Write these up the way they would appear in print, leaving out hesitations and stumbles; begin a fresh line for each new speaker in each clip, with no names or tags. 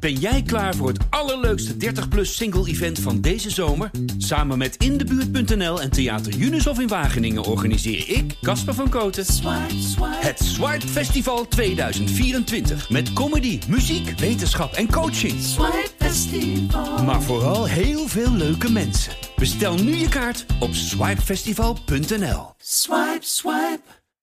Ben jij klaar voor het allerleukste 30-plus single-event van deze zomer? Samen met Indebuurt.nl en Theater Junushof in Wageningen organiseer ik, Casper van Koten, het Swipe Festival 2024. Met comedy, muziek, wetenschap en coaching.
Swipe Festival.
Maar vooral heel veel leuke mensen. Bestel nu je kaart op swipefestival.nl.
Swipe, swipe.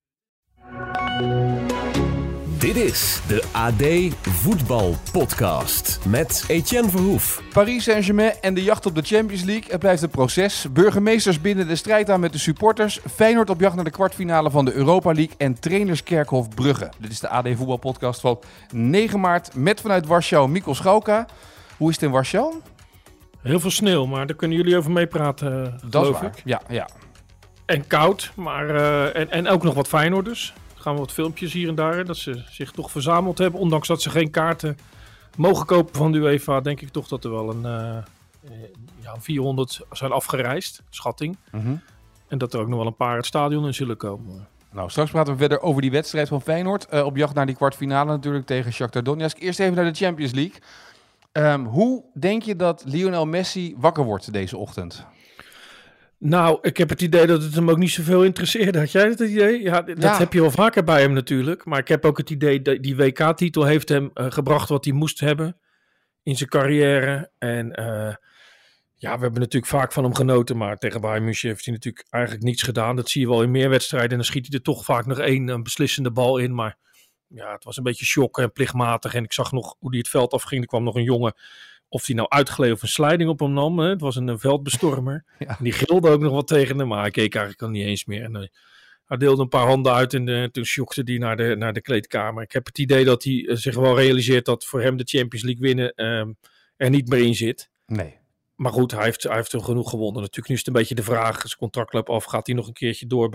Dit is de AD Voetbal Podcast met Etienne Verhoef.
Paris Saint-Germain en de jacht op de Champions League. Het blijft een proces. Burgemeesters binden de strijd aan met de supporters. Feyenoord op jacht naar de kwartfinale van de Europa League. En trainerskerkhof Brugge. Dit is de AD Voetbal Podcast van 9 maart met vanuit Warschau Mikkel Schauka. Hoe is het in Warschau?
Heel veel sneeuw, maar daar kunnen jullie over meepraten,
Dat is
geloof
waar.
ik.
Ja.
En koud, maar en ook nog wat Feyenoorders. Er gaan wat filmpjes hier en daar, dat ze zich toch verzameld hebben. Ondanks dat ze geen kaarten mogen kopen van de UEFA, denk ik toch dat er wel een 400 zijn afgereisd, schatting.
Mm-hmm.
En dat er ook nog wel een paar het stadion in zullen komen.
Nou, straks praten we verder over die wedstrijd van Feyenoord. Op jacht naar die kwartfinale natuurlijk tegen Shakhtar Donetsk. Eerst even naar de Champions League. Hoe denk je dat Lionel Messi wakker wordt deze ochtend?
Nou, ik heb het idee dat het hem ook niet zoveel interesseerde. Had jij dat idee? Ja, dat heb je wel vaker bij hem natuurlijk. Maar ik heb ook het idee dat die WK-titel heeft hem gebracht wat hij moest hebben in zijn carrière. En we hebben natuurlijk vaak van hem genoten. Maar tegen Bayern München heeft hij natuurlijk eigenlijk niets gedaan. Dat zie je wel in meer wedstrijden. En dan schiet hij er toch vaak nog één beslissende bal in. Maar ja, het was een beetje shock en plichtmatig. En ik zag nog hoe hij het veld afging. Er kwam nog een jongen. Of hij nou uitgleed of een slijding op hem nam. Hè? Het was een veldbestormer.
Ja.
En die gilde ook nog wat tegen hem. Maar hij keek eigenlijk al niet eens meer. En hij deelde een paar handen uit. En toen shockte hij naar de kleedkamer. Ik heb het idee dat hij zich wel realiseert dat voor hem de Champions League winnen er niet meer in zit.
Nee.
Maar goed, hij heeft er genoeg gewonnen. Natuurlijk, nu is het een beetje de vraag. Zijn contract loopt af. Gaat hij nog een keertje door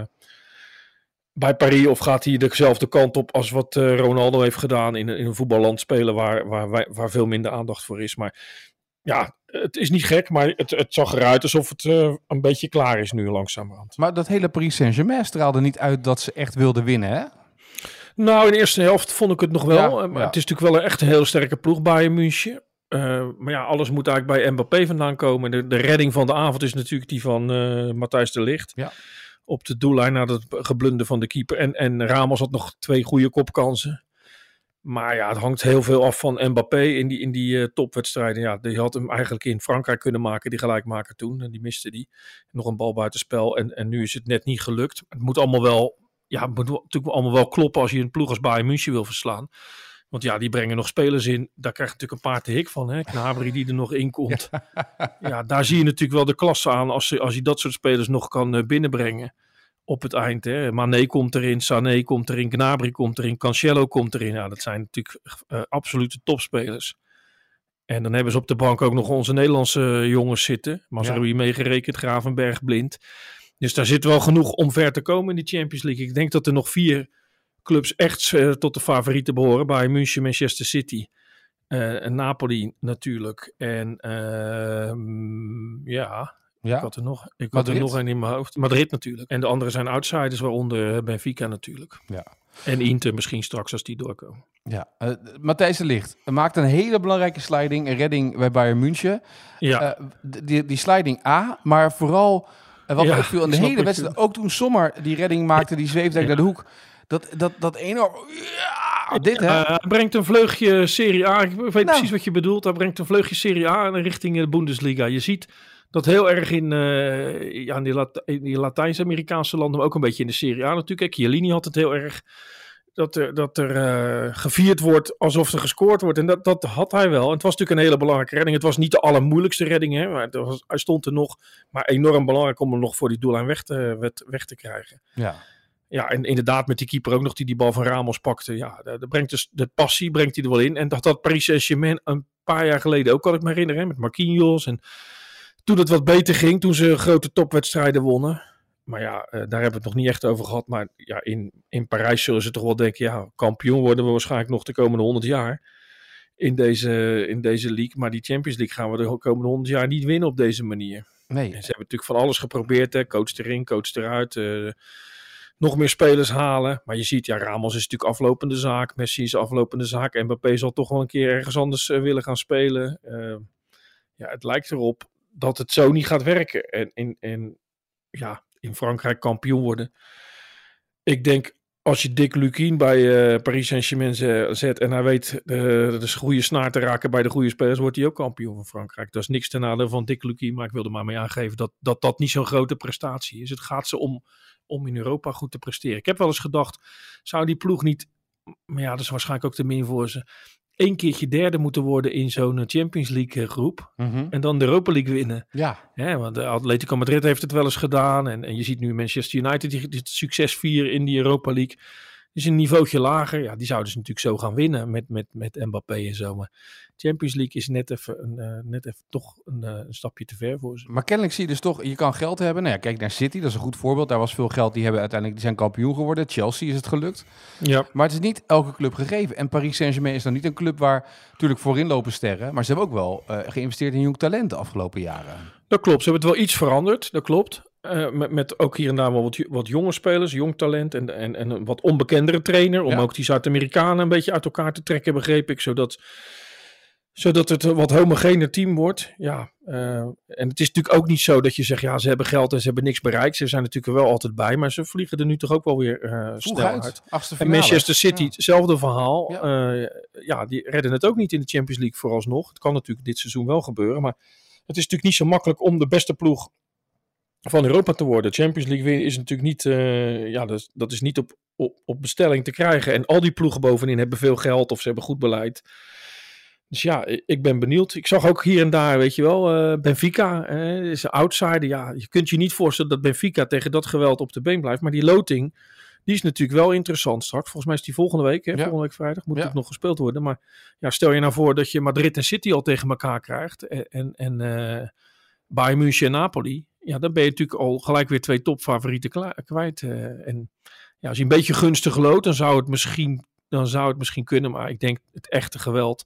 bij Paris, of gaat hij dezelfde kant op als wat Ronaldo heeft gedaan in een voetballand spelen waar veel minder aandacht voor is. Maar ja, het is niet gek, maar het zag eruit alsof het een beetje klaar is nu langzamerhand.
Maar dat hele Paris Saint-Germain straalde niet uit dat ze echt wilden winnen, hè?
Nou, in de eerste helft vond ik het nog wel.
Ja.
Het is natuurlijk wel echt een hele sterke ploeg bij München. Maar ja, alles moet eigenlijk bij Mbappé vandaan komen. De redding van de avond is natuurlijk die van Matthijs de Ligt.
Ja.
Op de doellijn na het geblunder van de keeper. En Ramos had nog 2 goede kopkansen. Maar ja, het hangt heel veel af van Mbappé in die topwedstrijden. Ja, die had hem eigenlijk in Frankrijk kunnen maken, die gelijkmaker toen. En die miste die. Nog een bal buitenspel. En nu is het net niet gelukt. Het moet allemaal wel, het moet natuurlijk allemaal wel kloppen als je een ploeg als Bayern München wil verslaan. Want ja, die brengen nog spelers in. Daar krijg je natuurlijk een paar te hik van. Hè? Gnabry die er nog in komt. Ja, daar zie je natuurlijk wel de klasse aan als je dat soort spelers nog kan binnenbrengen op het eind. Hè? Mané komt erin, Sané komt erin, Gnabry komt erin, Cancelo komt erin. Ja, dat zijn natuurlijk absolute topspelers. En dan hebben ze op de bank ook nog onze Nederlandse jongens zitten. Mazraoui meegerekend, Gravenberg, Blind. Dus daar zit wel genoeg om ver te komen in die Champions League. Ik denk dat er nog 4 clubs echt tot de favorieten behoren. Bayern München, Manchester City, en Napoli natuurlijk. En ik had er nog een in mijn hoofd. Madrid natuurlijk. En de andere zijn outsiders, waaronder Benfica natuurlijk.
Ja.
En Inter misschien straks als die doorkomen.
Ja, Matthijs de Ligt maakt een hele belangrijke sliding, een redding bij Bayern München.
Ja.
Die sliding A, maar vooral wat me opviel aan de hele wedstrijd, ook toen Sommer die redding maakte, die zweefde naar de hoek. Dat enorm... Ja, dit hè?
Hij brengt een vleugje Serie A. Ik weet precies wat je bedoelt. Hij brengt een vleugje Serie A richting de Bundesliga. Je ziet dat heel erg in die Latijns-Amerikaanse landen, maar ook een beetje in de Serie A natuurlijk. Chiellini had het heel erg dat er gevierd wordt alsof er gescoord wordt. En dat had hij wel. En het was natuurlijk een hele belangrijke redding. Het was niet de allermoeilijkste redding, hè, maar hij stond er nog. Maar enorm belangrijk om hem nog voor die doellijn weg te krijgen.
Ja.
Ja, en inderdaad met die keeper ook nog die bal van Ramos pakte. Ja, de passie brengt hij er wel in. En dat had Paris Saint-Germain een paar jaar geleden ook, kan ik me herinneren, met Marquinhos. En toen het wat beter ging, toen ze grote topwedstrijden wonnen. Maar ja, daar hebben we het nog niet echt over gehad. Maar ja, in Parijs zullen ze toch wel denken, ja, kampioen worden we waarschijnlijk nog de komende 100 jaar in deze league. Maar die Champions League gaan we de komende 100 jaar niet winnen op deze manier.
Nee.
En ze hebben natuurlijk van alles geprobeerd. Hè. Coach erin, coach eruit. nog meer spelers halen. Maar je ziet, Ramos is natuurlijk aflopende zaak. Messi is aflopende zaak. Mbappé zal toch wel een keer ergens anders willen gaan spelen. Het lijkt erop dat het zo niet gaat werken. En in Frankrijk kampioen worden. Ik denk, als je Dick Lukien bij Paris Saint-Germain zet en hij weet de goede snaar te raken bij de goede spelers, wordt hij ook kampioen van Frankrijk. Dat is niks ten nadele van Dick Lukien, maar ik wilde maar mee aangeven dat niet zo'n grote prestatie is. Het gaat ze om in Europa goed te presteren. Ik heb wel eens gedacht, zou die ploeg niet, maar dat is waarschijnlijk ook te min voor ze, 1 keertje derde moeten worden in zo'n Champions League groep.
Mhm.
En dan de Europa League winnen.
Ja.
Want de Atletico Madrid heeft het wel eens gedaan. En je ziet nu Manchester United die het succes vieren in die Europa League. Dus een niveautje lager. Ja, die zouden ze natuurlijk zo gaan winnen met Mbappé en zo. Maar Champions League is net even toch een stapje te ver voor ze.
Maar kennelijk zie je dus toch, je kan geld hebben. Nou ja, kijk naar City, dat is een goed voorbeeld. Daar was veel geld, die zijn kampioen geworden. Chelsea is het gelukt.
Ja.
Maar het is niet elke club gegeven. En Paris Saint-Germain is dan niet een club waar natuurlijk voorin lopen sterren. Maar ze hebben ook wel geïnvesteerd in jong talent de afgelopen jaren.
Dat klopt, ze hebben het wel iets veranderd, dat klopt. Met ook hier en daar wel wat jonge spelers, jong talent en een wat onbekendere trainer. Om ook die Zuid-Amerikanen een beetje uit elkaar te trekken, begreep ik. Zodat het een wat homogener team wordt. Ja, en het is natuurlijk ook niet zo dat je zegt, ze hebben geld en ze hebben niks bereikt. Ze zijn natuurlijk er wel altijd bij, maar ze vliegen er nu toch ook wel weer snel uit.
En
Manchester City, hetzelfde verhaal. Ja. Die redden het ook niet in de Champions League vooralsnog. Het kan natuurlijk dit seizoen wel gebeuren, maar het is natuurlijk niet zo makkelijk om de beste ploeg van Europa te worden. Champions League winnen is natuurlijk niet, dat is niet op bestelling te krijgen. En al die ploegen bovenin hebben veel geld of ze hebben goed beleid. Dus ik ben benieuwd. Ik zag ook hier en daar, weet je wel, Benfica is een outsider. Ja, je kunt je niet voorstellen dat Benfica tegen dat geweld op de been blijft. Maar die loting, die is natuurlijk wel interessant straks. Volgens mij is die volgende week, volgende week vrijdag, moet het nog gespeeld worden. Maar stel je nou voor dat je Madrid en City al tegen elkaar krijgt. En Bayern München en Napoli. Ja, dan ben je natuurlijk al gelijk weer 2 topfavorieten kwijt. En als je een beetje gunstig loopt, dan zou het misschien kunnen. Maar ik denk het echte geweld.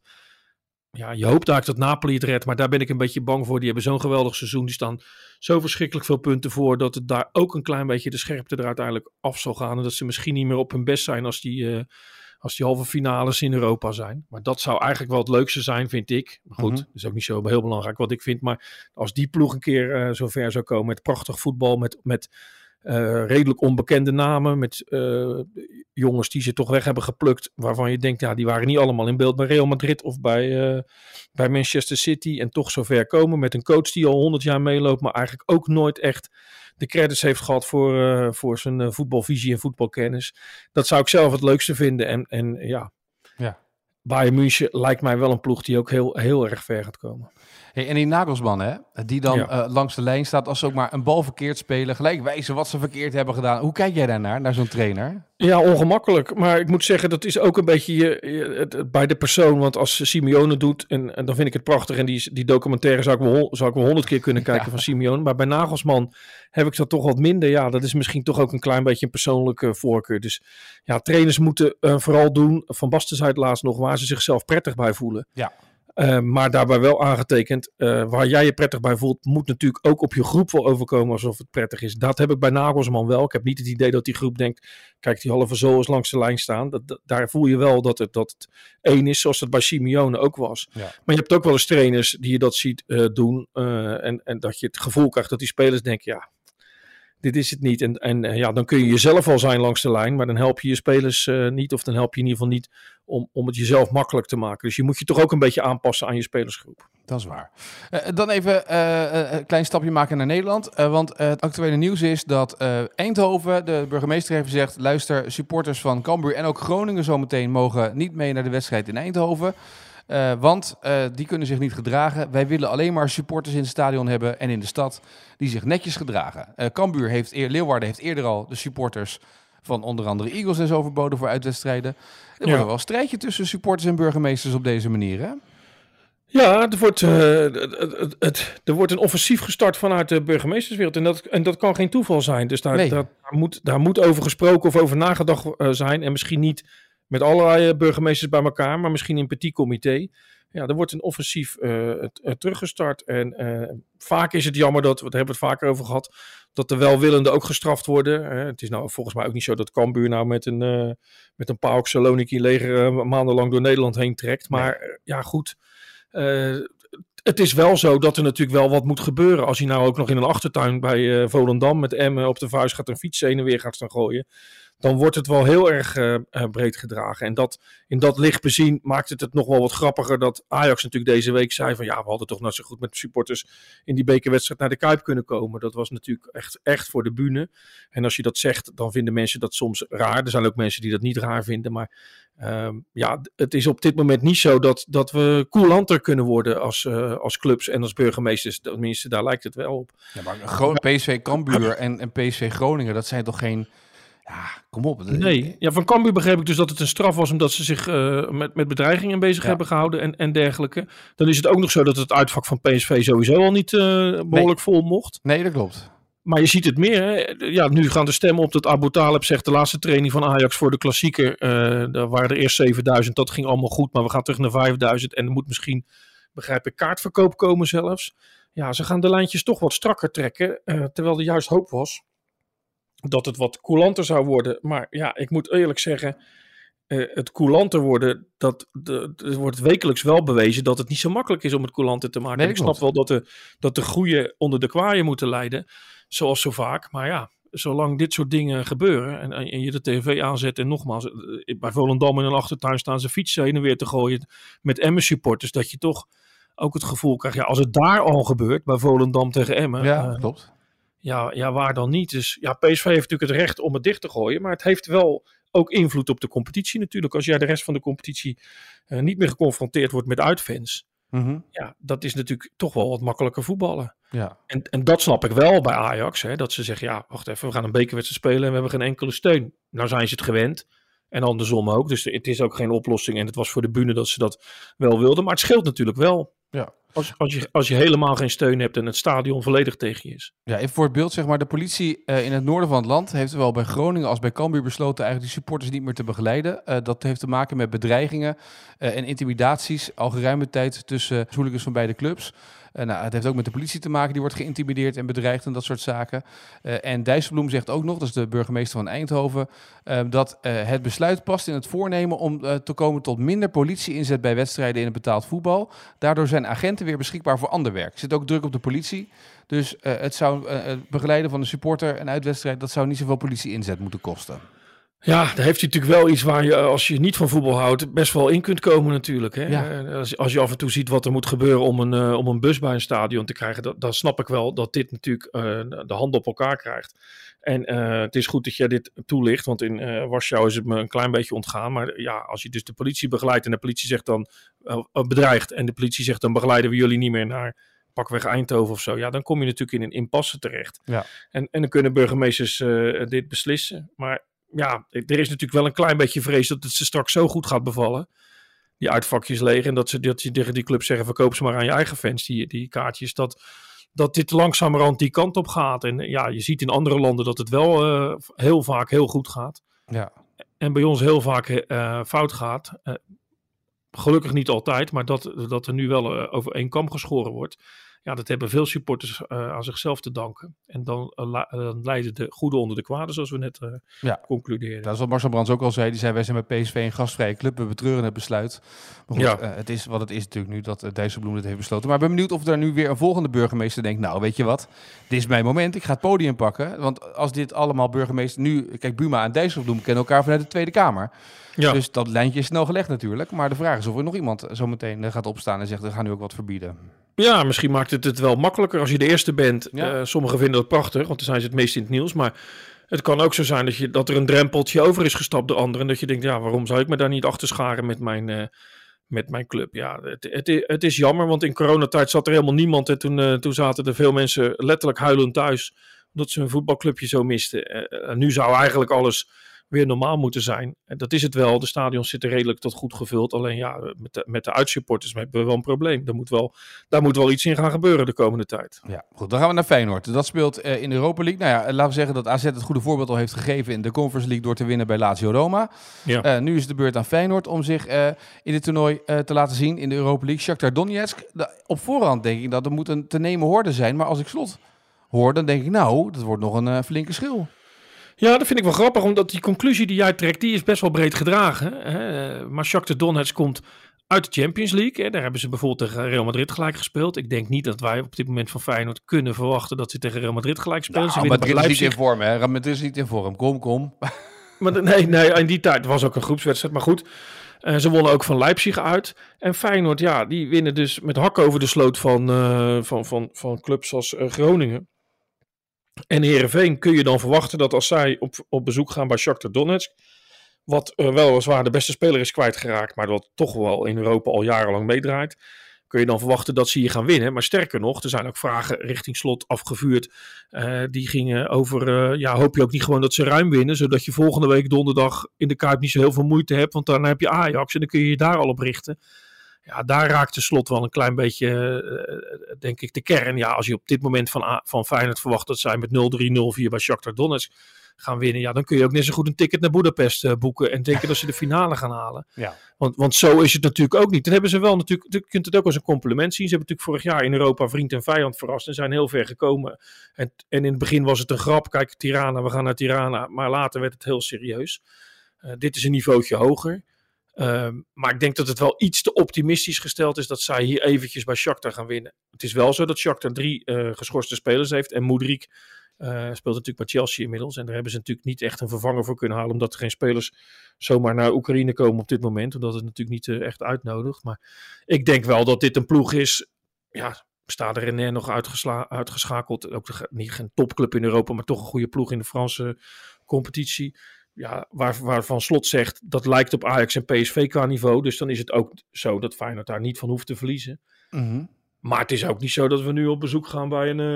Ja, je hoopt eigenlijk dat Napoli het redt, maar daar ben ik een beetje bang voor. Die hebben zo'n geweldig seizoen. Die staan zo verschrikkelijk veel punten voor, dat het daar ook een klein beetje de scherpte er uiteindelijk af zal gaan. En dat ze misschien niet meer op hun best zijn als die halve finales in Europa zijn. Maar dat zou eigenlijk wel het leukste zijn, vind ik. Maar goed, dat is ook niet zo heel belangrijk wat ik vind. Maar als die ploeg een keer zover zou komen met prachtig voetbal, met redelijk onbekende namen, met jongens die ze toch weg hebben geplukt, waarvan je denkt, die waren niet allemaal in beeld bij Real Madrid of bij Manchester City, en toch zover komen met een coach die al 100 jaar meeloopt, maar eigenlijk ook nooit echt de credits heeft gehad voor zijn voetbalvisie en voetbalkennis. Dat zou ik zelf het leukste vinden. En Bayern München lijkt mij wel een ploeg die ook heel, heel erg ver gaat komen.
Hey, en die Nagelsman, die dan langs de lijn staat, als ze ook maar een bal verkeerd spelen, gelijk wijzen wat ze verkeerd hebben gedaan. Hoe kijk jij daarnaar, naar zo'n trainer?
Ja, ongemakkelijk. Maar ik moet zeggen, dat is ook een beetje bij de persoon. Want als Simeone doet, en dan vind ik het prachtig. En die documentaire zou ik wel 100 keer kunnen kijken van Simeone. Maar bij Nagelsman heb ik dat toch wat minder. Ja, dat is misschien toch ook een klein beetje een persoonlijke voorkeur. Dus trainers moeten vooral doen, Van Basten zei het laatst nog, waar ze zichzelf prettig bij voelen.
Ja.
Maar daarbij wel aangetekend, waar jij je prettig bij voelt, moet natuurlijk ook op je groep wel overkomen alsof het prettig is. Dat heb ik bij Nagelsman wel. Ik heb niet het idee dat die groep denkt, kijk, die halve zool is langs de lijn staan. Daar voel je wel dat het één is, zoals het bij Simeone ook was. Ja. Maar je hebt ook wel eens trainers die je dat ziet doen en dat je het gevoel krijgt dat die spelers denken, dit is het niet. En dan kun je jezelf al zijn langs de lijn, maar dan help je je spelers niet, of dan help je in ieder geval niet om het jezelf makkelijk te maken. Dus je moet je toch ook een beetje aanpassen aan je spelersgroep.
Dat is waar. Dan even een klein stapje maken naar Nederland. Want het actuele nieuws is dat Eindhoven, de burgemeester heeft gezegd, luister, supporters van Cambuur en ook Groningen zometeen mogen niet mee naar de wedstrijd in Eindhoven. Want die kunnen zich niet gedragen. Wij willen alleen maar supporters in het stadion hebben en in de stad die zich netjes gedragen. Leeuwarden heeft eerder al de supporters van onder andere Eagles en zo verboden voor uitwedstrijden. Er wordt wel een strijdje tussen supporters en burgemeesters op deze manier, hè?
Ja, er wordt een offensief gestart vanuit de burgemeesterswereld. En dat kan geen toeval zijn. Dus daar moet over gesproken of over nagedacht zijn. En misschien niet met allerlei burgemeesters bij elkaar, maar misschien in petit comité. Ja, er wordt een offensief teruggestart. En vaak is het jammer dat, daar hebben we het vaker over gehad, dat de welwillenden ook gestraft worden. Het is nou volgens mij ook niet zo dat Cambuur nou met een PAOK Saloniki leger maandenlang door Nederland heen trekt. Maar ja, goed. Het is wel zo dat er natuurlijk wel wat moet gebeuren. Als hij nou ook nog in een achtertuin bij Volendam met Emmen op de vuist gaat een fiets heen en weer gaat staan gooien. Dan wordt het wel heel erg breed gedragen. En in dat licht bezien maakt het nog wel wat grappiger dat Ajax natuurlijk deze week zei van ja, we hadden toch net zo goed met de supporters in die bekerwedstrijd naar de Kuip kunnen komen. Dat was natuurlijk echt voor de bühne. En als je dat zegt, dan vinden mensen dat soms raar. Er zijn ook mensen die dat niet raar vinden. Maar ja, het is op dit moment niet zo dat we coulanter kunnen worden als clubs en als burgemeesters. Tenminste, daar lijkt het wel op.
Ja, maar PSV Cambuur en PSV Groningen, dat zijn toch geen... Ja, kom op.
Nee, ja, van Cambuur begreep ik dus dat het een straf was omdat ze zich met bedreigingen bezig hebben gehouden en dergelijke. Dan is het ook nog zo dat het uitvak van PSV sowieso al niet behoorlijk vol mocht.
Nee, dat klopt.
Maar je ziet het meer. Hè? Ja, nu gaan de stemmen op dat Abu Talib zegt de laatste training van Ajax voor de klassieker. Daar waren er eerst 7.000, dat ging allemaal goed. Maar we gaan terug naar 5.000 en er moet misschien, begrijp ik, kaartverkoop komen zelfs. Ja, ze gaan de lijntjes toch wat strakker trekken. Terwijl er juist hoop was dat het wat coulanter zou worden. Maar ja, ik moet eerlijk zeggen, het coulanter worden, er wordt wekelijks wel bewezen dat het niet zo makkelijk is om het coulanter te maken. Nee, ik snap wel dat de goeie onder de kwaaien moeten lijden, zoals zo vaak. Maar ja, zolang dit soort dingen gebeuren en je de tv aanzet en nogmaals, bij Volendam in een achtertuin staan ze fietsen heen en weer te gooien met Emmen supporters, dat je toch ook het gevoel krijgt, ja, als het daar al gebeurt, bij Volendam tegen Emmen.
Ja, klopt.
Ja, waar dan niet? Dus ja, PSV heeft natuurlijk het recht om het dicht te gooien. Maar het heeft wel ook invloed op de competitie natuurlijk. Als jij de rest van de competitie niet meer geconfronteerd wordt met uitfans. Mm-hmm. Ja, dat is natuurlijk toch wel wat makkelijker voetballen. Ja. En dat snap ik wel bij Ajax. Hè, dat ze zeggen, ja, wacht even, we gaan een bekerwedstrijd spelen en we hebben geen enkele steun. Nou zijn ze het gewend. En andersom ook. Dus het is ook geen oplossing. En het was voor de bühne dat ze dat wel wilden. Maar het scheelt natuurlijk wel. Ja. Als je helemaal geen steun hebt en het stadion volledig tegen je is.
Ja, even voor het beeld, zeg maar, de politie in het noorden van het land heeft zowel bij Groningen als bij Cambuur besloten eigenlijk die supporters niet meer te begeleiden. Dat heeft te maken met bedreigingen en intimidaties al geruime tijd tussen hooligans van beide clubs. Nou, het heeft ook met de politie te maken, die wordt geïntimideerd en bedreigd en dat soort zaken. En Dijsselbloem zegt ook nog, dat is de burgemeester van Eindhoven, dat het besluit past in het voornemen om te komen tot minder politie-inzet bij wedstrijden in het betaald voetbal. Daardoor zijn agenten weer beschikbaar voor ander werk. Er zit ook druk op de politie. Dus het zou het begeleiden van de supporter en uitwedstrijd, dat zou niet zoveel politie-inzet moeten kosten.
Ja, daar heeft hij natuurlijk wel iets waar je, als je niet van voetbal houdt, best wel in kunt komen natuurlijk. Hè? Ja. Als je af en toe ziet wat er moet gebeuren om een bus bij een stadion te krijgen, dan snap ik wel dat dit natuurlijk de hand op elkaar krijgt. En het is goed dat jij dit toelicht, want in Warschau is het me een klein beetje ontgaan. Maar ja, als je dus de politie begeleidt en de politie zegt dan bedreigt en de politie zegt dan begeleiden we jullie niet meer naar pakweg Eindhoven of zo. Ja, dan kom je natuurlijk in een impasse terecht. Ja. En dan kunnen burgemeesters dit beslissen. Maar ja, er is natuurlijk wel een klein beetje vrees dat het ze straks zo goed gaat bevallen. Die uitvakjes leeg. En dat ze tegen die club zeggen, verkoop ze maar aan je eigen fans, die kaartjes. Dat dit langzamerhand die kant op gaat. En ja, je ziet in andere landen dat het wel heel vaak heel goed gaat. Ja. En bij ons heel vaak fout gaat. Gelukkig niet altijd, maar dat er nu wel over één kam geschoren wordt. Ja, dat hebben veel supporters aan zichzelf te danken. En dan leiden de goede onder de kwade, zoals we net concludeerden. Dat
is wat Marcel Brands ook al zei. Die zei, wij zijn bij PSV een gastvrije club. We betreuren het besluit. Maar goed, het is wat het is natuurlijk nu dat Dijsselbloem dit heeft besloten. Maar ik ben benieuwd of er nu weer een volgende burgemeester denkt, nou, weet je wat? Dit is mijn moment. Ik ga het podium pakken. Want als dit allemaal burgemeester nu... Kijk, Buma en Dijsselbloem kennen elkaar vanuit de Tweede Kamer. Ja. Dus dat lijntje is snel gelegd natuurlijk. Maar de vraag is of er nog iemand zo meteen gaat opstaan en zegt, we gaan nu ook wat verbieden.
Ja, misschien maakt het wel makkelijker als je de eerste bent. Ja. Sommigen vinden dat prachtig, want dan zijn ze het meest in het nieuws. Maar het kan ook zo zijn dat er een drempeltje over is gestapt door anderen. En dat je denkt, ja, waarom zou ik me daar niet achter scharen met mijn club? Ja, het is jammer, want in coronatijd zat er helemaal niemand. En toen zaten er veel mensen letterlijk huilend thuis, omdat ze hun voetbalclubje zo misten. Nu zou eigenlijk alles weer normaal moeten zijn. En dat is het wel. De stadions zitten redelijk tot goed gevuld. Alleen ja, met de uitsupporters hebben we wel een probleem. Daar moet wel iets in gaan gebeuren de komende tijd.
Ja, goed. Dan gaan we naar Feyenoord. Dat speelt in de Europa League. Nou ja, laten we zeggen dat AZ het goede voorbeeld al heeft gegeven in de Conference League door te winnen bij Lazio Roma.
Ja.
Nu is het de beurt aan Feyenoord om zich in het toernooi te laten zien in de Europa League. Shakhtar Donetsk. Op voorhand denk ik dat er moet een te nemen hoorde zijn. Maar als ik Slot hoor, dan denk ik dat wordt nog een flinke schil.
Ja, dat vind ik wel grappig, omdat die conclusie die jij trekt, die is best wel breed gedragen. Hè? Maar Shakhtar Donetsk komt uit de Champions League. Hè? Daar hebben ze bijvoorbeeld tegen Real Madrid gelijk gespeeld. Ik denk niet dat wij op dit moment van Feyenoord kunnen verwachten dat ze tegen Real Madrid gelijk spelen.
Nou, Madrid is niet in vorm, hè? Real Madrid is niet in vorm. Kom.
Maar nee, in die tijd was ook een groepswedstrijd. Maar goed, ze wonnen ook van Leipzig uit. En Feyenoord, ja, die winnen dus met hakken over de sloot van clubs als Groningen. En Heerenveen kun je dan verwachten dat als zij op bezoek gaan bij Shakhtar Donetsk, wat weliswaar de beste speler is kwijtgeraakt, maar dat toch wel in Europa al jarenlang meedraait, kun je dan verwachten dat ze hier gaan winnen. Maar sterker nog, er zijn ook vragen richting Slot afgevuurd. Die gingen over, hoop je ook niet gewoon dat ze ruim winnen, zodat je volgende week donderdag in de Kuip niet zo heel veel moeite hebt, want dan heb je Ajax en dan kun je je daar al op richten. Ja, daar raakt de Slot wel een klein beetje, denk ik, de kern. Ja, als je op dit moment van Feyenoord verwacht dat zij met 0-3, 0-4 bij Shakhtar Donetsk gaan winnen, ja, dan kun je ook net zo goed een ticket naar Budapest boeken en denken dat ze de finale gaan halen. Ja. Want zo is het natuurlijk ook niet. Dan hebben ze wel natuurlijk, je kunt het ook als een compliment zien. Ze hebben natuurlijk vorig jaar in Europa vriend en vijand verrast en zijn heel ver gekomen. En in het begin was het een grap. Kijk, Tirana, we gaan naar Tirana. Maar later werd het heel serieus. Dit is een niveautje hoger. Maar ik denk dat het wel iets te optimistisch gesteld is dat zij hier eventjes bij Shakhtar gaan winnen. Het is wel zo dat Shakhtar 3 geschorste spelers heeft. En Mudryk speelt natuurlijk bij Chelsea inmiddels. En daar hebben ze natuurlijk niet echt een vervanger voor kunnen halen. Omdat er geen spelers zomaar naar Oekraïne komen op dit moment. Omdat het natuurlijk niet echt uitnodigt. Maar ik denk wel dat dit een ploeg is. Ja, Stade Rennais nog uitgeschakeld. Ook niet geen topclub in Europa, maar toch een goede ploeg in de Franse competitie. Ja, waarvan Slot zegt, dat lijkt op Ajax en PSV qua niveau. Dus dan is het ook zo dat Feyenoord daar niet van hoeft te verliezen. Mm-hmm. Maar het is ook niet zo dat we nu op bezoek gaan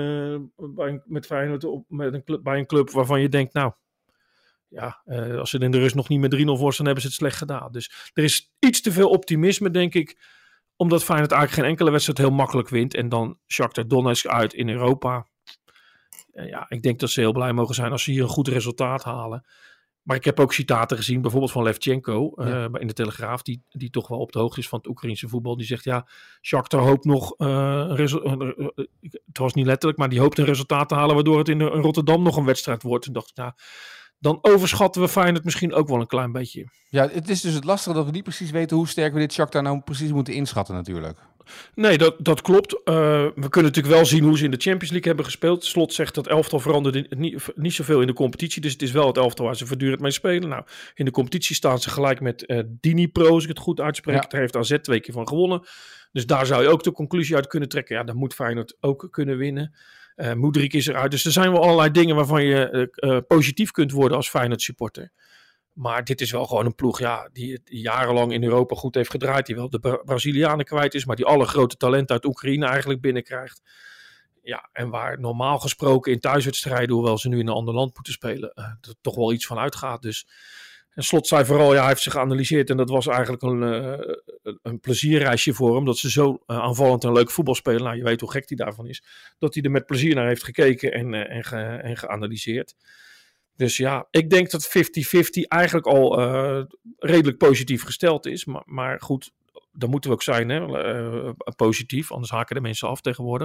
met Feyenoord bij een club waarvan je denkt, nou, ja, als ze in de rust nog niet met 3-0 voor staan, hebben ze het slecht gedaan. Dus er is iets te veel optimisme, denk ik, omdat Feyenoord eigenlijk geen enkele wedstrijd heel makkelijk wint. En dan Shakhtar Donetsk uit in Europa. Ja, ik denk dat ze heel blij mogen zijn als ze hier een goed resultaat halen. Maar ik heb ook citaten gezien, bijvoorbeeld van Levchenko in de Telegraaf, die toch wel op de hoogte is van het Oekraïense voetbal. Die zegt, ja, Shakhtar hoopt nog, het was niet letterlijk, maar die hoopt een resultaat te halen waardoor het in Rotterdam nog een wedstrijd wordt. En dacht ik, nou, dan overschatten we Feyenoord misschien ook wel een klein beetje.
Ja, het is dus het lastige dat we niet precies weten hoe sterk we dit Shakhtar nou precies moeten inschatten natuurlijk.
Nee, dat klopt. We kunnen natuurlijk wel zien hoe ze in de Champions League hebben gespeeld. Slot zegt dat elftal veranderde niet zoveel in de competitie. Dus het is wel het elftal waar ze voortdurend mee spelen. Nou, in de competitie staan ze gelijk met Dnipro, als ik het goed uitspreek. Ja. Daar heeft AZ 2 keer van gewonnen. Dus daar zou je ook de conclusie uit kunnen trekken. Ja, dan moet Feyenoord ook kunnen winnen. Mudryk is eruit. Dus er zijn wel allerlei dingen waarvan je positief kunt worden als Feyenoord supporter. Maar dit is wel gewoon een ploeg die jarenlang in Europa goed heeft gedraaid. Die wel de Brazilianen kwijt is. Maar die alle grote talenten uit Oekraïne eigenlijk binnenkrijgt. Ja, en waar normaal gesproken in thuiswedstrijden, hoewel ze nu in een ander land moeten spelen, er toch wel iets van uitgaat. Dus en Slot zei vooral, hij heeft zich geanalyseerd. En dat was eigenlijk een plezierreisje voor hem. Dat ze zo aanvallend en leuk voetbal spelen. Nou, je weet hoe gek hij daarvan is. Dat hij er met plezier naar heeft gekeken en geanalyseerd. Dus ja, ik denk dat 50-50 eigenlijk al redelijk positief gesteld is. Maar goed, daar moeten we ook zijn, hè? Positief. Anders haken de mensen af tegenwoordig.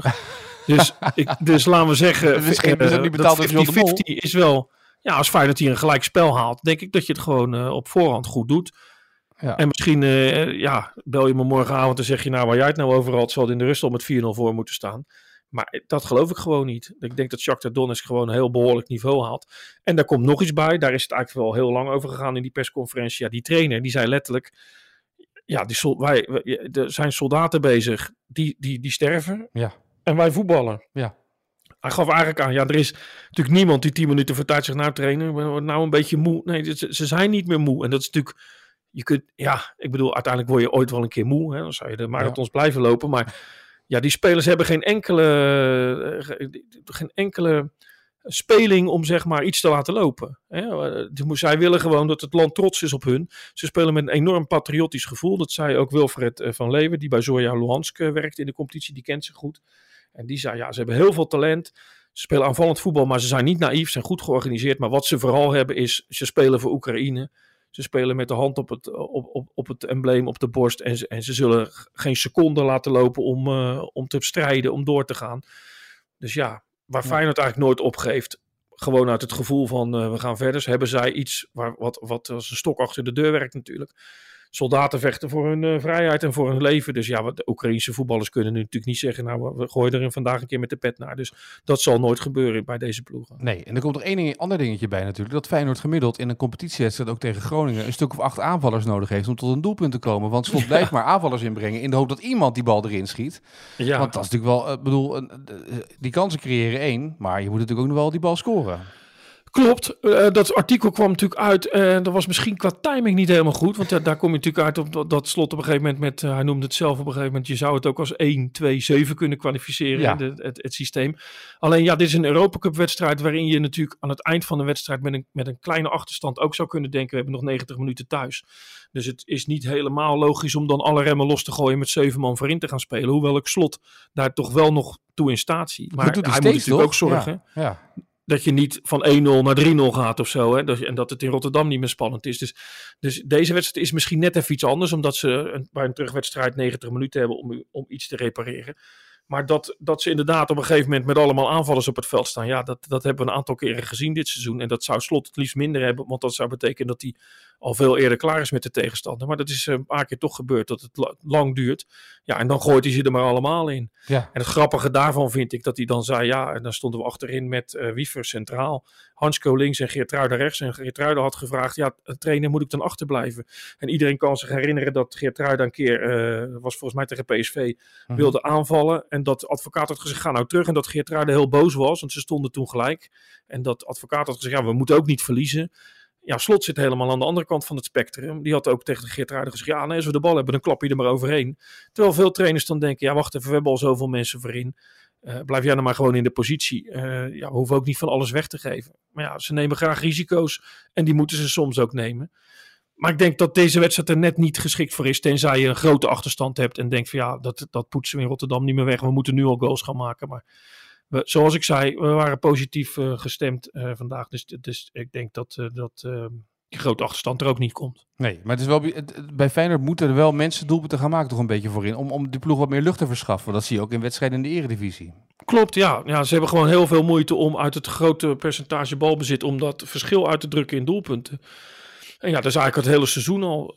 Dus laten we zeggen, dat 50-50 is wel... Ja, als Feyenoord hier een gelijk spel haalt, denk ik dat je het gewoon op voorhand goed doet. Ja. En misschien bel je me morgenavond en zeg je, nou, waar jij het nou over had, zal het in de rust al met 4-0 voor moeten staan. Maar dat geloof ik gewoon niet. Ik denk dat Shakhtar Donetsk gewoon een heel behoorlijk niveau haalt. En daar komt nog iets bij. Daar is het eigenlijk wel heel lang over gegaan in die persconferentie. Ja, die trainer, die zei letterlijk... Ja, er zijn soldaten bezig die sterven. Ja. En wij voetballen. Ja. Hij gaf eigenlijk aan, er is natuurlijk niemand die 10 minuten voor tijd zegt, nou trainen, we worden nou een beetje moe. Nee, ze zijn niet meer moe. En dat is natuurlijk... ik bedoel, uiteindelijk word je ooit wel een keer moe. Hè? Dan zou je de marathons blijven lopen, maar... Ja, die spelers hebben geen enkele speling om zeg maar iets te laten lopen. Zij willen gewoon dat het land trots is op hun. Ze spelen met een enorm patriotisch gevoel. Dat zei ook Wilfred van Leeuwen, die bij Zorya Luhansk werkt in de competitie. Die kent ze goed. En die zei, ze hebben heel veel talent. Ze spelen aanvallend voetbal, maar ze zijn niet naïef. Ze zijn goed georganiseerd. Maar wat ze vooral hebben is, ze spelen voor Oekraïne. Ze spelen met de hand op het embleem op de borst. En ze zullen geen seconde laten lopen om te strijden, om door te gaan. Dus waar Feyenoord eigenlijk nooit opgeeft. Gewoon uit het gevoel van we gaan verder. Hebben zij iets wat als een stok achter de deur werkt natuurlijk. Soldaten vechten voor hun vrijheid en voor hun leven. Dus wat de Oekraïnse voetballers kunnen nu natuurlijk niet zeggen, nou, we gooien er vandaag een keer met de pet naar. Dus dat zal nooit gebeuren bij deze ploegen.
Nee, en er komt nog ander dingetje bij natuurlijk. Dat Feyenoord gemiddeld in een competitiewedstrijd ook tegen Groningen een stuk of 8 aanvallers nodig heeft om tot een doelpunt te komen. Want Slot blijft maar aanvallers inbrengen in de hoop dat iemand die bal erin schiet. Ja. Want dat is natuurlijk wel, die kansen creëren 1, maar je moet natuurlijk ook nog wel die bal scoren.
Klopt, dat artikel kwam natuurlijk uit en dat was misschien qua timing niet helemaal goed, want daar kom je natuurlijk uit op dat Slot op een gegeven moment met, hij noemde het zelf op een gegeven moment, je zou het ook als 1-2-7 kunnen kwalificeren, het systeem. Alleen dit is een Europa Cup wedstrijd waarin je natuurlijk aan het eind van de wedstrijd met een kleine achterstand ook zou kunnen denken, we hebben nog 90 minuten thuis. Dus het is niet helemaal logisch om dan alle remmen los te gooien met 7 man voorin te gaan spelen, hoewel ik Slot daar toch wel nog toe in staat zie. Maar hij moet natuurlijk ook zorgen. Ja. Dat je niet van 1-0 naar 3-0 gaat of zo. Hè? En dat het in Rotterdam niet meer spannend is. Dus deze wedstrijd is misschien net even iets anders. Omdat ze bij een terugwedstrijd 90 minuten hebben om iets te repareren. Maar dat ze inderdaad op een gegeven moment met allemaal aanvallers op het veld staan. Dat hebben we een aantal keren gezien dit seizoen. En dat zou Slot het liefst minder hebben. Want dat zou betekenen dat hij al veel eerder klaar is met de tegenstander. Maar dat is een paar keer toch gebeurd. Dat het lang duurt. Ja, en dan gooit hij ze er maar allemaal in. Ja. En het grappige daarvan vind ik dat hij dan zei. Ja, en dan stonden we achterin met Wiever centraal. Hansko links en Geertruida rechts. En Geertruida had gevraagd, trainer, moet ik dan achterblijven? En iedereen kan zich herinneren dat Geertruida een keer, was volgens mij tegen PSV, wilde aanvallen. En dat advocaat had gezegd, ga nou terug. En dat Geertruida heel boos was, want ze stonden toen gelijk. En dat advocaat had gezegd, we moeten ook niet verliezen. Ja, Slot zit helemaal aan de andere kant van het spectrum. Die had ook tegen de Geertruida gezegd, als we de bal hebben, dan klap je er maar overheen. Terwijl veel trainers dan denken, wacht even, we hebben al zoveel mensen voorin. Blijf jij nou maar gewoon in de positie. We hoeven ook niet van alles weg te geven. Maar ze nemen graag risico's en die moeten ze soms ook nemen. Maar ik denk dat deze wedstrijd er net niet geschikt voor is, tenzij je een grote achterstand hebt en denkt van dat poetsen we in Rotterdam niet meer weg. We moeten nu al goals gaan maken. Maar zoals ik zei, we waren positief gestemd vandaag. Dus ik denk dat die grote achterstand er ook niet komt.
Nee, maar het is wel, bij Feyenoord moeten er wel mensen doelpunten gaan maken toch een beetje voorin. Om die ploeg wat meer lucht te verschaffen. Dat zie je ook in wedstrijden in de Eredivisie.
Klopt, ja. Ze hebben gewoon heel veel moeite om uit het grote percentage balbezit, om dat verschil uit te drukken in doelpunten. En dat is eigenlijk het hele seizoen al.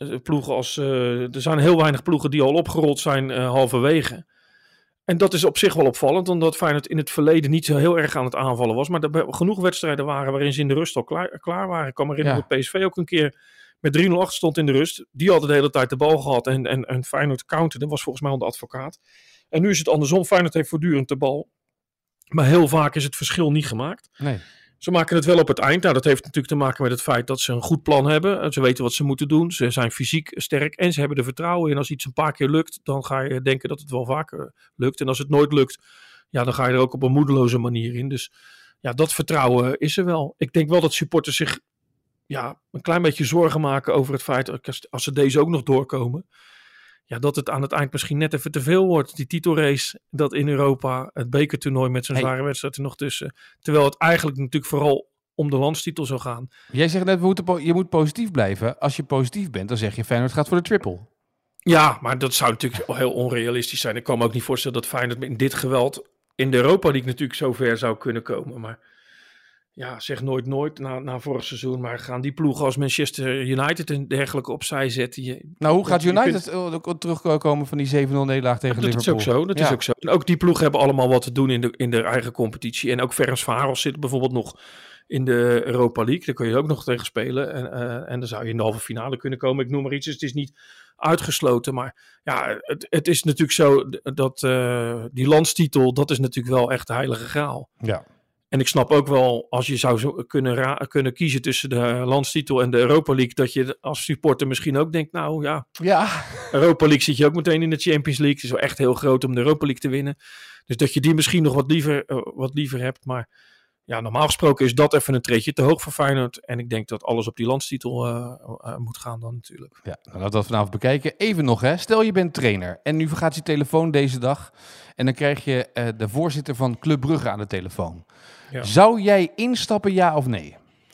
Er zijn heel weinig ploegen die al opgerold zijn halverwege. En dat is op zich wel opvallend, omdat Feyenoord in het verleden niet zo heel erg aan het aanvallen was. Maar er genoeg wedstrijden waren waarin ze in de rust al klaar waren. Ik kan me herinneren dat PSV ook een keer met 3-0 achter stond in de rust. Die had de hele tijd de bal gehad en Feyenoord counterde. Dat was volgens mij al de advocaat. En nu is het andersom. Feyenoord heeft voortdurend de bal. Maar heel vaak is het verschil niet gemaakt. Nee. Ze maken het wel op het eind. Nou, dat heeft natuurlijk te maken met het feit dat ze een goed plan hebben. Ze weten wat ze moeten doen. Ze zijn fysiek sterk en ze hebben er vertrouwen in. Als iets een paar keer lukt, dan ga je denken dat het wel vaker lukt. En als het nooit lukt, dan ga je er ook op een moedeloze manier in. Dus dat vertrouwen is er wel. Ik denk wel dat supporters zich een klein beetje zorgen maken over het feit, als ze deze ook nog doorkomen, dat het aan het eind misschien net even te veel wordt. Die titelrace, dat in Europa, het bekertoernooi met zo'n zware wedstrijd er nog tussen. Terwijl het eigenlijk natuurlijk vooral om de landstitel zou gaan.
Jij zegt net, je moet positief blijven. Als je positief bent, dan zeg je Feyenoord gaat voor de triple.
Ja, maar dat zou natuurlijk heel onrealistisch zijn. Ik kan me ook niet voorstellen dat Feyenoord in dit geweld in de Europa League natuurlijk zo ver zou kunnen komen. Maar zeg nooit na vorig seizoen. Maar gaan die ploegen als Manchester United en dergelijke opzij zetten?
Hoe gaat United terugkomen van die 7-0 nederlaag tegen Liverpool?
Dat is ook zo. En ook die ploegen hebben allemaal wat te doen in de eigen competitie. En ook Ferencváros zit bijvoorbeeld nog in de Europa League. Daar kun je ook nog tegen spelen. En dan zou je in de halve finale kunnen komen. Ik noem maar iets. Dus het is niet uitgesloten. Maar het is natuurlijk zo dat die landstitel, dat is natuurlijk wel echt de heilige graal. Ja. En ik snap ook wel, als je zou kunnen kiezen tussen de landstitel en de Europa League, dat je als supporter misschien ook denkt, Europa League zit je ook meteen in de Champions League. Het is wel echt heel groot om de Europa League te winnen. Dus dat je die misschien nog wat liever hebt. Maar Ja, normaal gesproken is dat even een treetje te hoog voor Feyenoord. En ik denk dat alles op die landstitel moet gaan dan natuurlijk.
Ja, nou, laten we dat vanavond bekijken. Even nog, hè. Stel je bent trainer en nu gaat je telefoon deze dag. En dan krijg je de voorzitter van Club Brugge aan de telefoon. Ja. Zou jij instappen, ja of nee?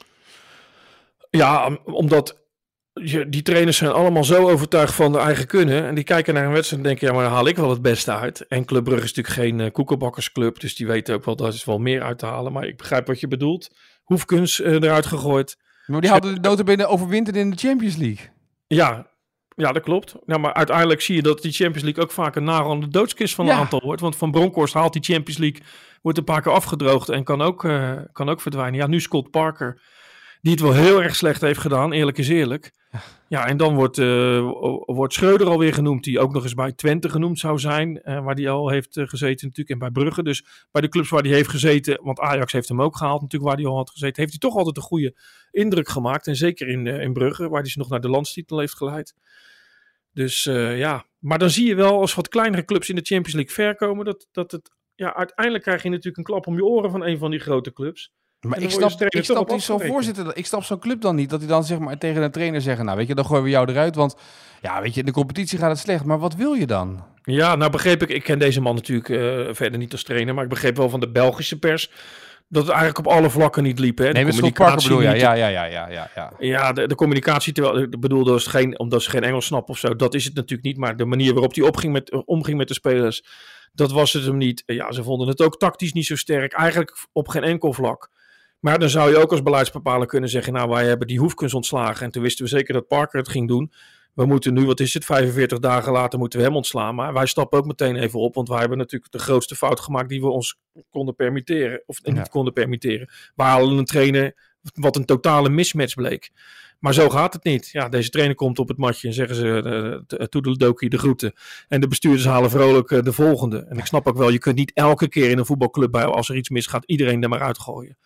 Ja, omdat die trainers zijn allemaal zo overtuigd van de eigen kunnen. En die kijken naar een wedstrijd en denken, ja, maar dan haal ik wel het beste uit. En Club Brugge is natuurlijk geen koekenbakkersclub. Dus die weten ook wel, dat is wel meer uit te halen. Maar ik begrijp wat je bedoelt. Hoefkens eruit gegooid.
Maar die hadden de nota bene overwinterd in de Champions League.
Ja, dat klopt. Nou, maar uiteindelijk zie je dat die Champions League ook vaak een nagel aan de doodskist van een aantal wordt. Want Van Bronckhorst haalt die Champions League, wordt een paar keer afgedroogd en kan ook verdwijnen. Ja, nu Scott Parker, die het wel heel erg slecht heeft gedaan, eerlijk is eerlijk. Ja, en dan wordt Schreuder alweer genoemd, die ook nog eens bij Twente genoemd zou zijn, waar die al heeft gezeten natuurlijk, en bij Brugge. Dus bij de clubs waar hij heeft gezeten, want Ajax heeft hem ook gehaald natuurlijk, waar hij al had gezeten, heeft hij toch altijd een goede indruk gemaakt. En zeker in Brugge, waar hij ze nog naar de landstitel heeft geleid. Dus maar dan zie je wel, als wat kleinere clubs in de Champions League ver komen, dat het, uiteindelijk krijg je natuurlijk een klap om je oren van een van die grote clubs.
Maar ik snap die zo'n voorzitter, ik snap zo'n club dan niet, dat hij dan zeg maar tegen een trainer zegt, nou weet je, dan gooien we jou eruit, want ja, weet je, in de competitie gaat het slecht, maar wat wil je dan? Ja,
nou begreep ik ken deze man natuurlijk verder niet als trainer, maar ik begreep wel van de Belgische pers dat het eigenlijk op alle vlakken niet liep. Hè?
Nee, met Scott Parker bedoel je, ja.
Ja, de communicatie, terwijl ik bedoel, omdat ze geen Engels snappen of zo, dat is het natuurlijk niet, maar de manier waarop hij omging met de spelers, dat was het hem niet. Ja, ze vonden het ook tactisch niet zo sterk, eigenlijk op geen enkel vlak. Maar dan zou je ook als beleidsbepaler kunnen zeggen, nou, wij hebben die Hoefkens ontslagen en toen wisten we zeker dat Parker het ging doen. We moeten nu, 45 dagen later moeten we hem ontslaan. Maar wij stappen ook meteen even op, want wij hebben natuurlijk de grootste fout gemaakt die we ons konden permitteren. Of niet konden permitteren. We halen een trainer wat een totale mismatch bleek. Maar zo gaat het niet. Ja, deze trainer komt op het matje en zeggen ze toedeledokie, de groeten. En de bestuurders halen vrolijk de volgende. En ik snap ook wel, je kunt niet elke keer in een voetbalclub, als er iets misgaat, iedereen er maar uitgooien.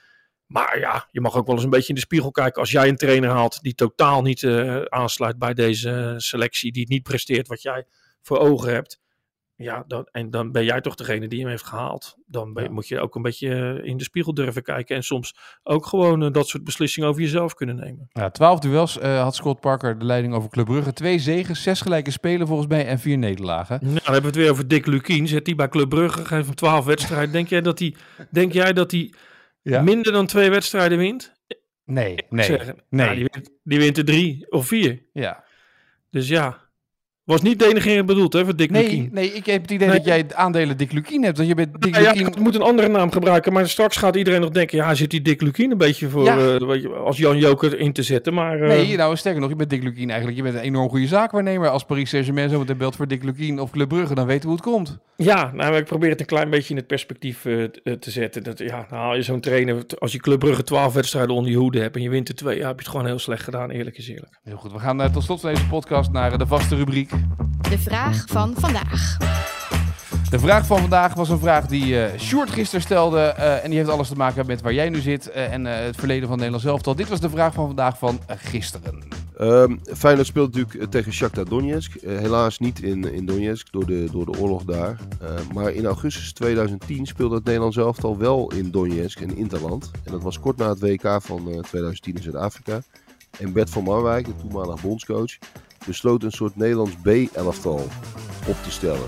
Maar ja, je mag ook wel eens een beetje in de spiegel kijken. Als jij een trainer haalt die totaal niet aansluit bij deze selectie, die het niet presteert wat jij voor ogen hebt. Ja, dan ben jij toch degene die hem heeft gehaald. Dan moet je ook een beetje in de spiegel durven kijken. En soms ook gewoon dat soort beslissingen over jezelf kunnen nemen.
Ja, 12 duels had Scott Parker de leiding over Club Brugge. 2 zegens, 6 gelijke spelen volgens mij en 4 nederlagen.
Nou, dan hebben we het weer over Dick Lukien. Zet die bij Club Brugge, geeft hem 12 wedstrijden. Denk jij dat hij minder dan 2 wedstrijden wint?
Nee.
Nou, die wint er 3 of 4.
Ja.
Dus ja, was niet denigrerend bedoeld, hè, voor Dick Lukien.
Nee, ik heb het idee dat jij aandelen Dick Lukien hebt. Dat je bent Dick Lukien...
Ja, ik moet een andere naam gebruiken, maar straks gaat iedereen nog denken, ja, zit die Dick Lukien een beetje voor, als Jan Joker in te zetten, maar...
Nee, nou, sterker nog, je bent Dick Lukien eigenlijk, je bent een enorm goede zaakwaarnemer. Als Paris Saint-Germain zo meteen belt voor Dick Lukien of Club Brugge, dan weten we hoe het komt.
Ja, nou, ik probeer het een klein beetje in het perspectief te zetten. Dan haal je zo'n trainer, als je Club Brugge 12 wedstrijden onder je hoede hebt en je wint er 2, heb je het gewoon heel slecht gedaan, eerlijk is eerlijk.
Heel goed, we gaan tot slot van deze podcast naar de vaste rubriek.
De vraag van vandaag.
De vraag van vandaag was een vraag die Sjoerd gisteren stelde. En die heeft alles te maken met waar jij nu zit en het verleden van Nederland elftal. Dit was de vraag van vandaag van gisteren.
Feyenoord speelt natuurlijk tegen Shakhtar Donetsk. Helaas niet in Donetsk door de oorlog daar. Maar in augustus 2010 speelde het Nederlands elftal wel in Donetsk, in Interland. En dat was kort na het WK van 2010 in Zuid-Afrika. En Bert van Marwijk, de toenmalige bondscoach, besloot een soort Nederlands B-elftal op te stellen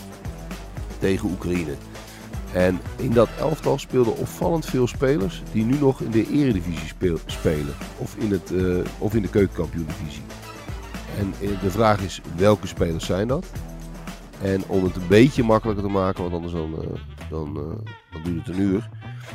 tegen Oekraïne. En in dat elftal speelden opvallend veel spelers die nu nog in de eredivisie spelen. Of in de keukenkampioen-divisie. En de vraag is, welke spelers zijn dat? En om het een beetje makkelijker te maken, want anders dan duurt het een uur.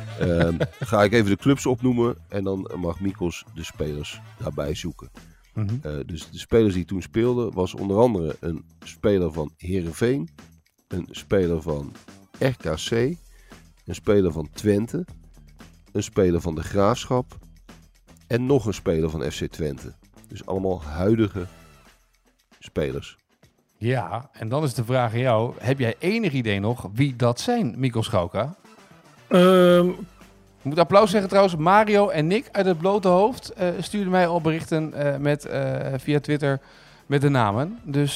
Ga ik even de clubs opnoemen en dan mag Mikos de spelers daarbij zoeken. Mm-hmm. Dus de spelers die toen speelden was onder andere een speler van Heerenveen, een speler van RKC, een speler van Twente, een speler van de Graafschap en nog een speler van FC Twente. Dus allemaal huidige spelers.
Ja, en dan is de vraag aan jou. Heb jij enig idee nog wie dat zijn, Mikos Schauka? Ik moet applaus zeggen trouwens. Mario en Nick uit het blote hoofd stuurden mij al berichten via Twitter met de namen. Dus...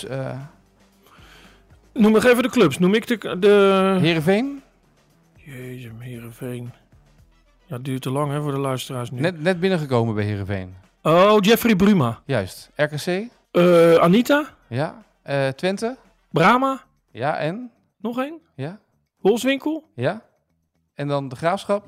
Noem nog even de clubs. Noem ik de...
Heerenveen?
Jezus, Heerenveen. Ja, het duurt te lang hè, voor de luisteraars nu.
Net binnengekomen bij Heerenveen.
Oh, Jeffrey Bruma.
Juist. RKC?
Anita?
Ja. Twente?
Brama?
Ja, en?
Nog één?
Ja.
Holswinkel?
Ja. En dan de Graafschap?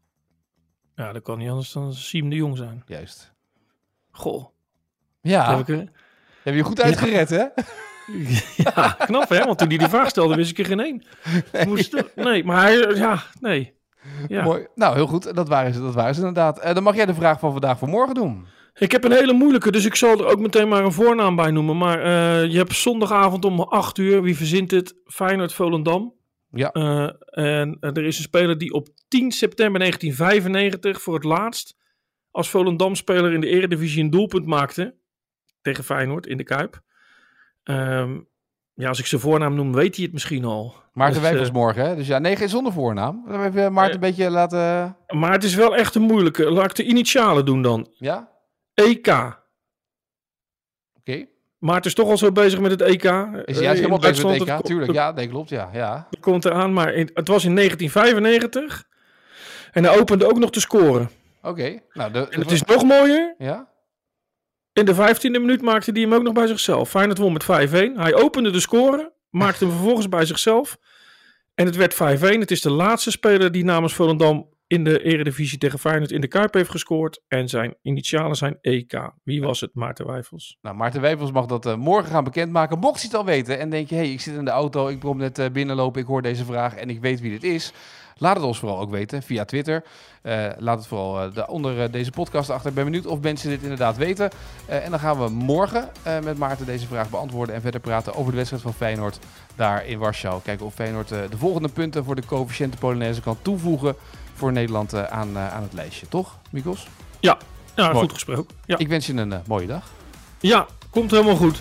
Ja, dat kan niet anders dan Siem de Jong zijn.
Juist.
Goh.
Ja. Heb je goed uitgered, hè?
Ja, knap hè, want toen hij die vraag stelde wist ik er geen één. Nee, maar nee. Ja.
Mooi. Nou, heel goed. Dat waren ze inderdaad. Dan mag jij de vraag van vandaag voor morgen doen.
Ik heb een hele moeilijke, dus ik zal er ook meteen maar een voornaam bij noemen. Maar je hebt zondagavond om 8 uur, wie verzint het? Feyenoord-Volendam.
Ja.
En er is een speler die op 10 september 1995 voor het laatst als Volendam-speler in de Eredivisie een doelpunt maakte tegen Feyenoord in de Kuip. Als ik zijn voornaam noem, weet hij het misschien al.
Maarten Wijfels morgen, hè? Dus ja, geen zonder voornaam. Dan heb je Maarten een beetje laten...
Maar het is wel echt een moeilijke. Laat ik de initialen doen dan.
Ja?
EK.
Oké.
Maarten is toch al zo bezig met het EK.
Is hij helemaal bezig met het EK? Tuurlijk, ja, nee, klopt, ja.
Dat komt eraan, maar het was in 1995. En hij opende ook nog te scoren.
Oké. Nou,
en het is nog mooier.
Ja?
In de 15e minuut maakte hij hem ook nog bij zichzelf. Feyenoord won met 5-1. Hij opende de score, maakte hem vervolgens bij zichzelf. En het werd 5-1. Het is de laatste speler die namens Volendam in de Eredivisie tegen Feyenoord in de Kuip heeft gescoord. En zijn initialen zijn EK. Wie was het? Maarten Wijfels.
Nou, Maarten Wijfels mag dat morgen gaan bekendmaken. Mocht je het al weten en denk je, ik zit in de auto, ik kom net binnenlopen, ik hoor deze vraag en ik weet wie dit is. Laat het ons vooral ook weten via Twitter. Laat het vooral onder deze podcast achter. Ik ben benieuwd of mensen dit inderdaad weten. En dan gaan we morgen met Maarten deze vraag beantwoorden en verder praten over de wedstrijd van Feyenoord daar in Warschau. Kijken of Feyenoord de volgende punten voor de coëfficiënte Polonaise kan toevoegen voor Nederland aan het lijstje. Toch, Mikos?
Ja, goed gesproken. Ja.
Ik wens je een mooie dag.
Ja, komt helemaal goed.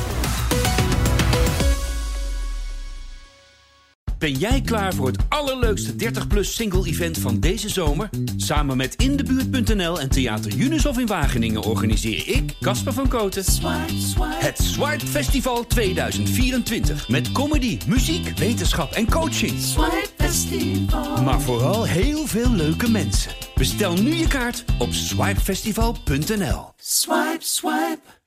Ben jij klaar voor het allerleukste 30-plus single-event van deze zomer? Samen met Indebuurt.nl en Theater Unisof in Wageningen organiseer ik, Casper van Koten, het Swipe Festival 2024. Met comedy, muziek, wetenschap en coaching.
Swipe Festival.
Maar vooral heel veel leuke mensen. Bestel nu je kaart op swipefestival.nl.
Swipe, swipe.